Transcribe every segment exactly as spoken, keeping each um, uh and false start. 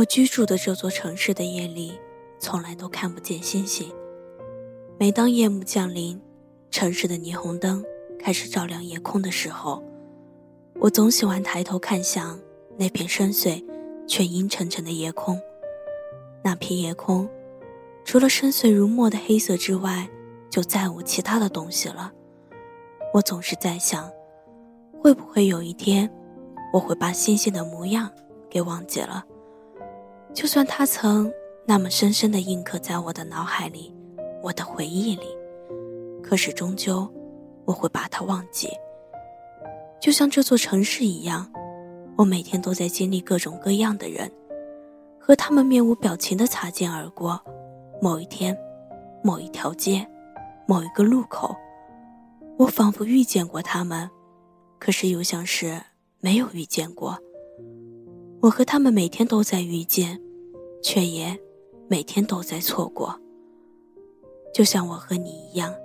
我居住的这座城市的夜里，从来都看不见星星。每当夜幕降临，城市的霓虹灯开始照亮夜空的时候，我总喜欢抬头看向那片深邃却阴沉沉的夜空。那片夜空，除了深邃如墨的黑色之外，就再无其他的东西了。我总是在想，会不会有一天，我会把星星的模样给忘记了？就算它曾那么深深地印刻在我的脑海里，我的回忆里，可是终究我会把它忘记。就像这座城市一样，我每天都在经历各种各样的人，和他们面无表情地擦肩而过。某一天，某一条街，某一个路口，我仿佛遇见过他们，可是又像是没有遇见过。我和他们每天都在遇见，却也每天都在错过。就像我和你一样，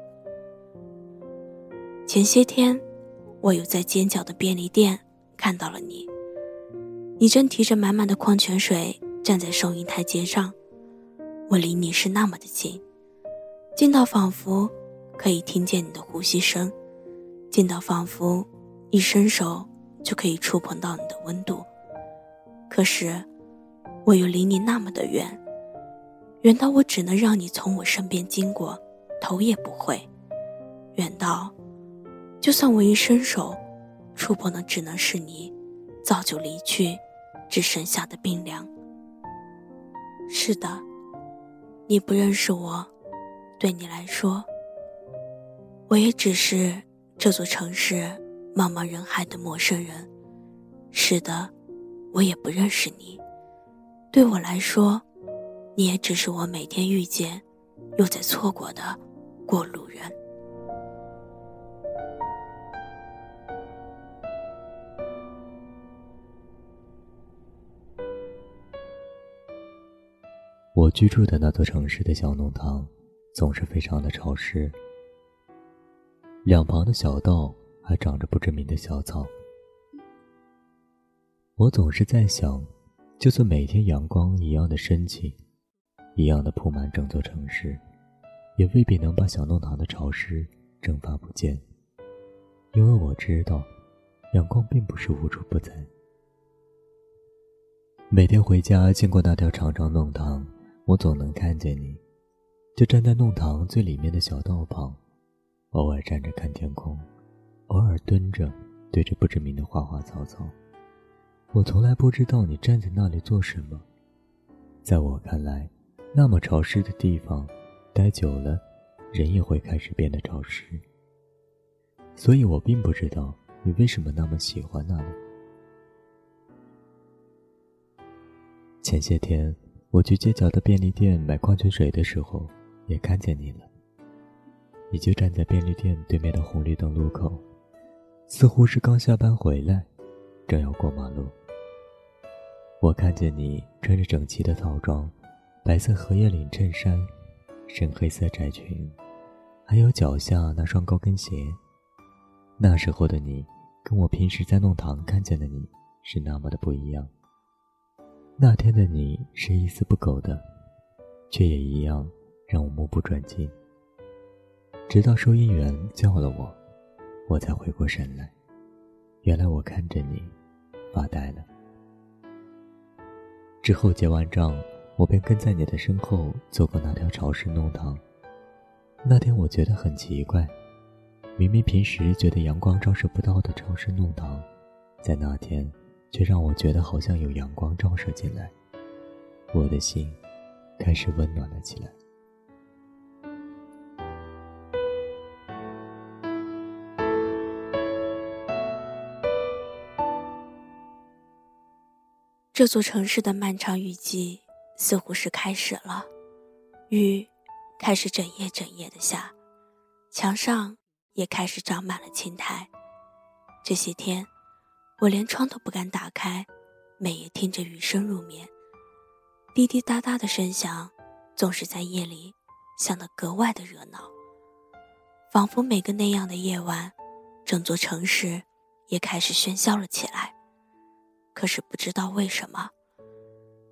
前些天我有在街角的便利店看到了你，你正提着满满的矿泉水站在收银台阶上，我离你是那么的近，近到仿佛可以听见你的呼吸声，近到仿佛一伸手就可以触碰到你的温度。可是我又离你那么的远，远到我只能让你从我身边经过，头也不回，远到就算我一伸手触碰的只能是你早就离去只剩下的冰凉。是的，你不认识我，对你来说，我也只是这座城市茫茫人海的陌生人。是的，我也不认识你，对我来说，你也只是我每天遇见又在错过的过路人。 我居住的那座城市的小弄堂总是非常的潮湿，两旁的小道还长着不知名的小草。我总是在想，就算每天阳光一样的深情，一样的铺满整座城市，也未必能把小弄堂的潮湿蒸发不见。因为我知道，阳光并不是无处不在。每天回家经过那条长长弄堂，我总能看见你，就站在弄堂最里面的小道旁，偶尔站着看天空，偶尔蹲着对着不知名的花花草草。我从来不知道你站在那里做什么。在我看来，那么潮湿的地方待久了，人也会开始变得潮湿。所以我并不知道你为什么那么喜欢那里。前些天我去街角的便利店买矿泉水的时候，也看见你了。你就站在便利店对面的红绿灯路口，似乎是刚下班回来，正要过马路。我看见你穿着整齐的套装，白色荷叶领衬衫，深黑色窄裙，还有脚下那双高跟鞋。那时候的你跟我平时在弄堂看见的你是那么的不一样。那天的你是一丝不苟的，却也一样让我目不转睛。直到收银员叫了我，我才回过神来，原来我看着你发呆了。之后结完账，我便跟在你的身后走过那条潮湿弄堂。那天我觉得很奇怪，明明平时觉得阳光照射不到的潮湿弄堂，在那天却让我觉得好像有阳光照射进来，我的心开始温暖了起来。 这座城市的漫长雨季似乎是开始了，雨开始整夜整夜的下，墙上也开始长满了青苔。这些天我连窗都不敢打开，每夜听着雨声入眠，滴滴答答的声响总是在夜里响得格外的热闹，仿佛每个那样的夜晚，整座城市也开始喧嚣了起来。可是不知道为什么，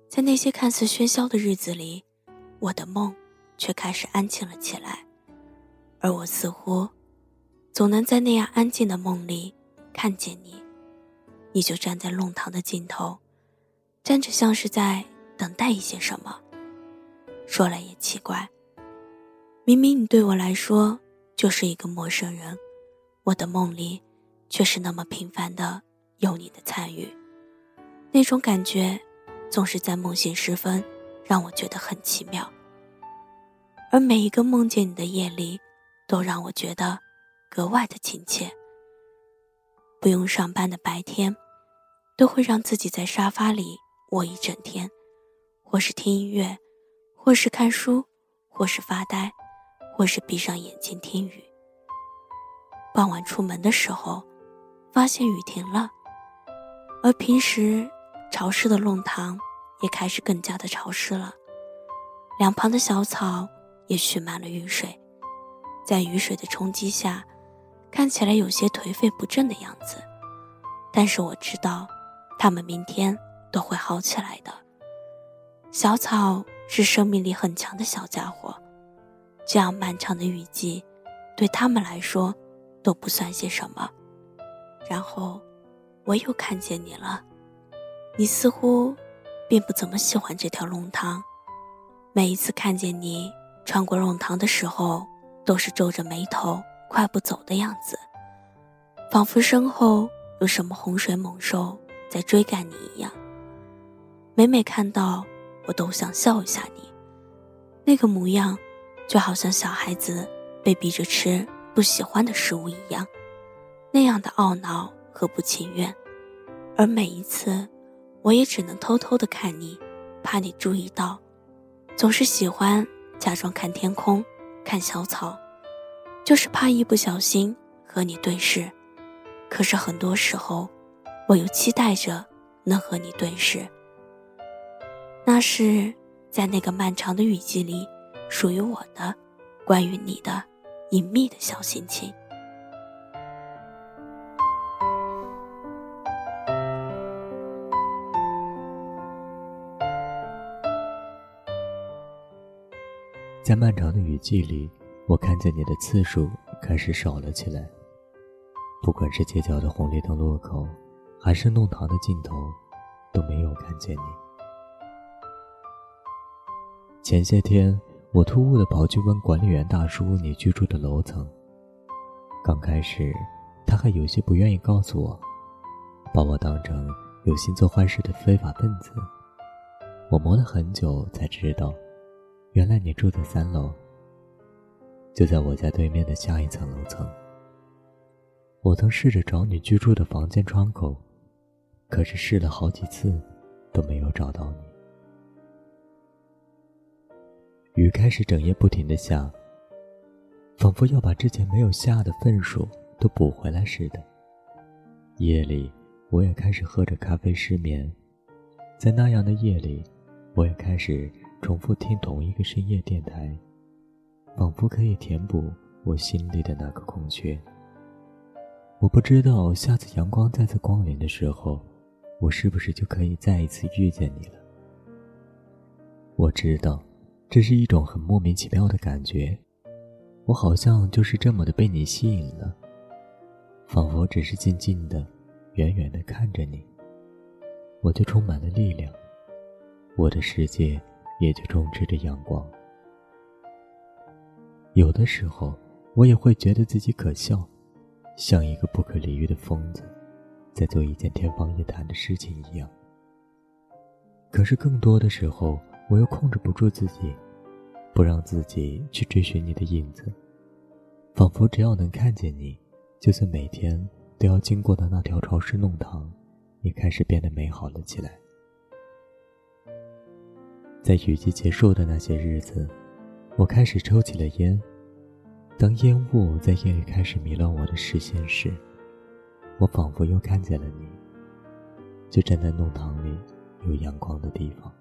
在那些看似喧嚣的日子里，我的梦却开始安静了起来，而我似乎总能在那样安静的梦里看见你。你就站在弄堂的尽头，站着像是在等待一些什么。说来也奇怪，明明你对我来说就是一个陌生人，我的梦里却是那么频繁的有你的参与。那种感觉总是在梦醒时分让我觉得很奇妙，而每一个梦见你的夜里都让我觉得格外的亲切。不用上班的白天，都会让自己在沙发里窝一整天，或是听音乐，或是看书，或是发呆，或是闭上眼睛听雨。傍晚出门的时候，发现雨停了，而平时潮湿的弄堂也开始更加的潮湿了，两旁的小草也蓄满了雨水，在雨水的冲击下，看起来有些颓废不振的样子。但是我知道，它们明天都会好起来的。小草是生命力很强的小家伙，这样漫长的雨季，对他们来说都不算些什么。然后，我又看见你了，你似乎并不怎么喜欢这条弄堂。每一次看见你穿过弄堂的时候，都是皱着眉头快步走的样子，仿佛身后有什么洪水猛兽在追赶你一样。每每看到，我都想笑一下你，那个模样就好像小孩子被逼着吃不喜欢的食物一样，那样的懊恼和不情愿。而每一次我也只能偷偷地看你，怕你注意到，总是喜欢假装看天空，看小草，就是怕一不小心和你对视。可是很多时候，我又期待着能和你对视。那是在那个漫长的雨季里，属于我的，关于你的隐秘的小心情。 在漫长的雨季里，我看见你的次数开始少了起来。不管是街角的红绿灯路口，还是弄堂的尽头，都没有看见你。前些天，我突兀地跑去问管理员大叔你居住的楼层。刚开始，他还有些不愿意告诉我，把我当成有心做坏事的非法分子。我摸了很久才知道，原来你住在三楼，就在我家对面的下一层楼层。我曾试着找你居住的房间窗口，可是试了好几次都没有找到你。雨开始整夜不停地下，仿佛要把之前没有下的份数都补回来似的。夜里，我也开始喝着咖啡失眠。在那样的夜里，我也开始重复听同一个深夜电台，仿佛可以填补我心里的那个空缺。我不知道下次阳光再次光临的时候，我是不是就可以再一次遇见你了。我知道这是一种很莫名其妙的感觉，我好像就是这么的被你吸引了，仿佛只是静静的远远的看着你，我就充满了力量，我的世界也就充斥着阳光。有的时候我也会觉得自己可笑，像一个不可理喻的疯子，在做一件天方夜谭的事情一样。可是更多的时候，我又控制不住自己，不让自己去追寻你的影子，仿佛只要能看见你，就算每天都要经过的那条潮湿弄堂，也开始变得美好了起来。在雨季结束的那些日子，我开始抽起了烟。当烟雾在夜里开始迷乱我的视线时，我仿佛又看见了你，就站在弄堂里有阳光的地方。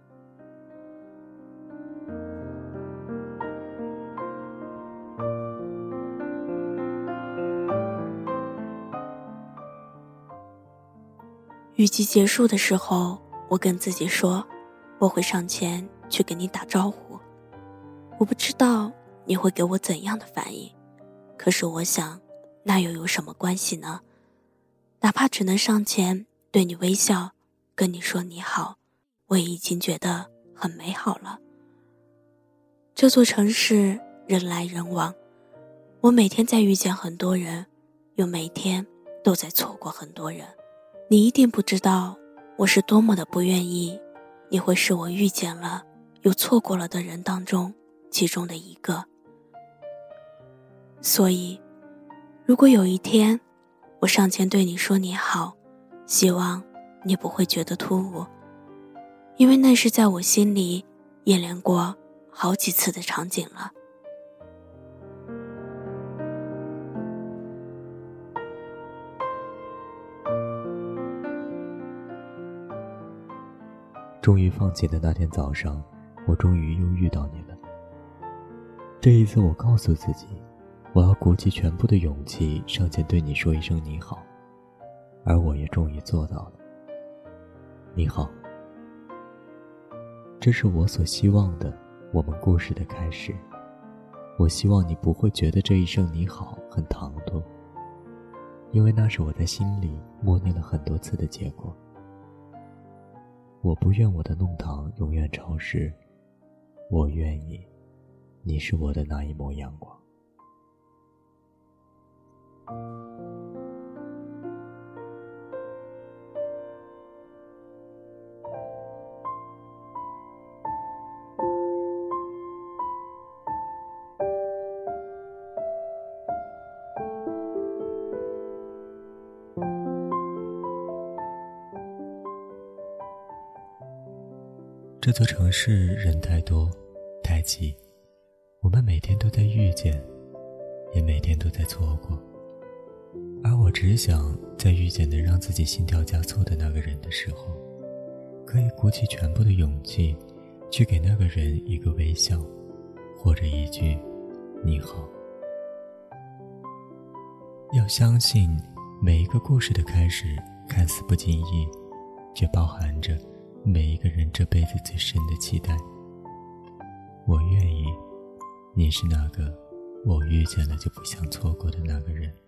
雨季结束的时候，我跟自己说， 我会上前去跟你打招呼。我不知道你会给我怎样的反应，可是我想，那又有什么关系呢？哪怕只能上前对你微笑，跟你说你好，我也已经觉得很美好了。这座城市人来人往，我每天在遇见很多人，又每天都在错过很多人。你一定不知道我是多么的不愿意你会是我遇见了又错过了的人当中其中的一个。所以如果有一天我上前对你说你好，希望你不会觉得突兀，因为那是在我心里演练过好几次的场景了。 终于放弃的那天早上，我终于又遇到你了。这一次我告诉自己，我要鼓起全部的勇气上前对你说一声你好，而我也终于做到了。你好，这是我所希望的我们故事的开始。我希望你不会觉得这一声你好很唐突，因为那是我在心里默念了很多次的结果。我不愿我的弄堂永远潮湿，我愿意你是我的那一抹阳光。这座城市人太多太挤，我们每天都在遇见，也每天都在错过。而我只想在遇见的让自己心跳加速的那个人的时候，可以鼓起全部的勇气去给那个人一个微笑，或者一句你好。要相信每一个故事的开始看似不经意，却包含着每一个人这辈子最深的期待。我愿意你是那个我遇见了就不想错过的那个人。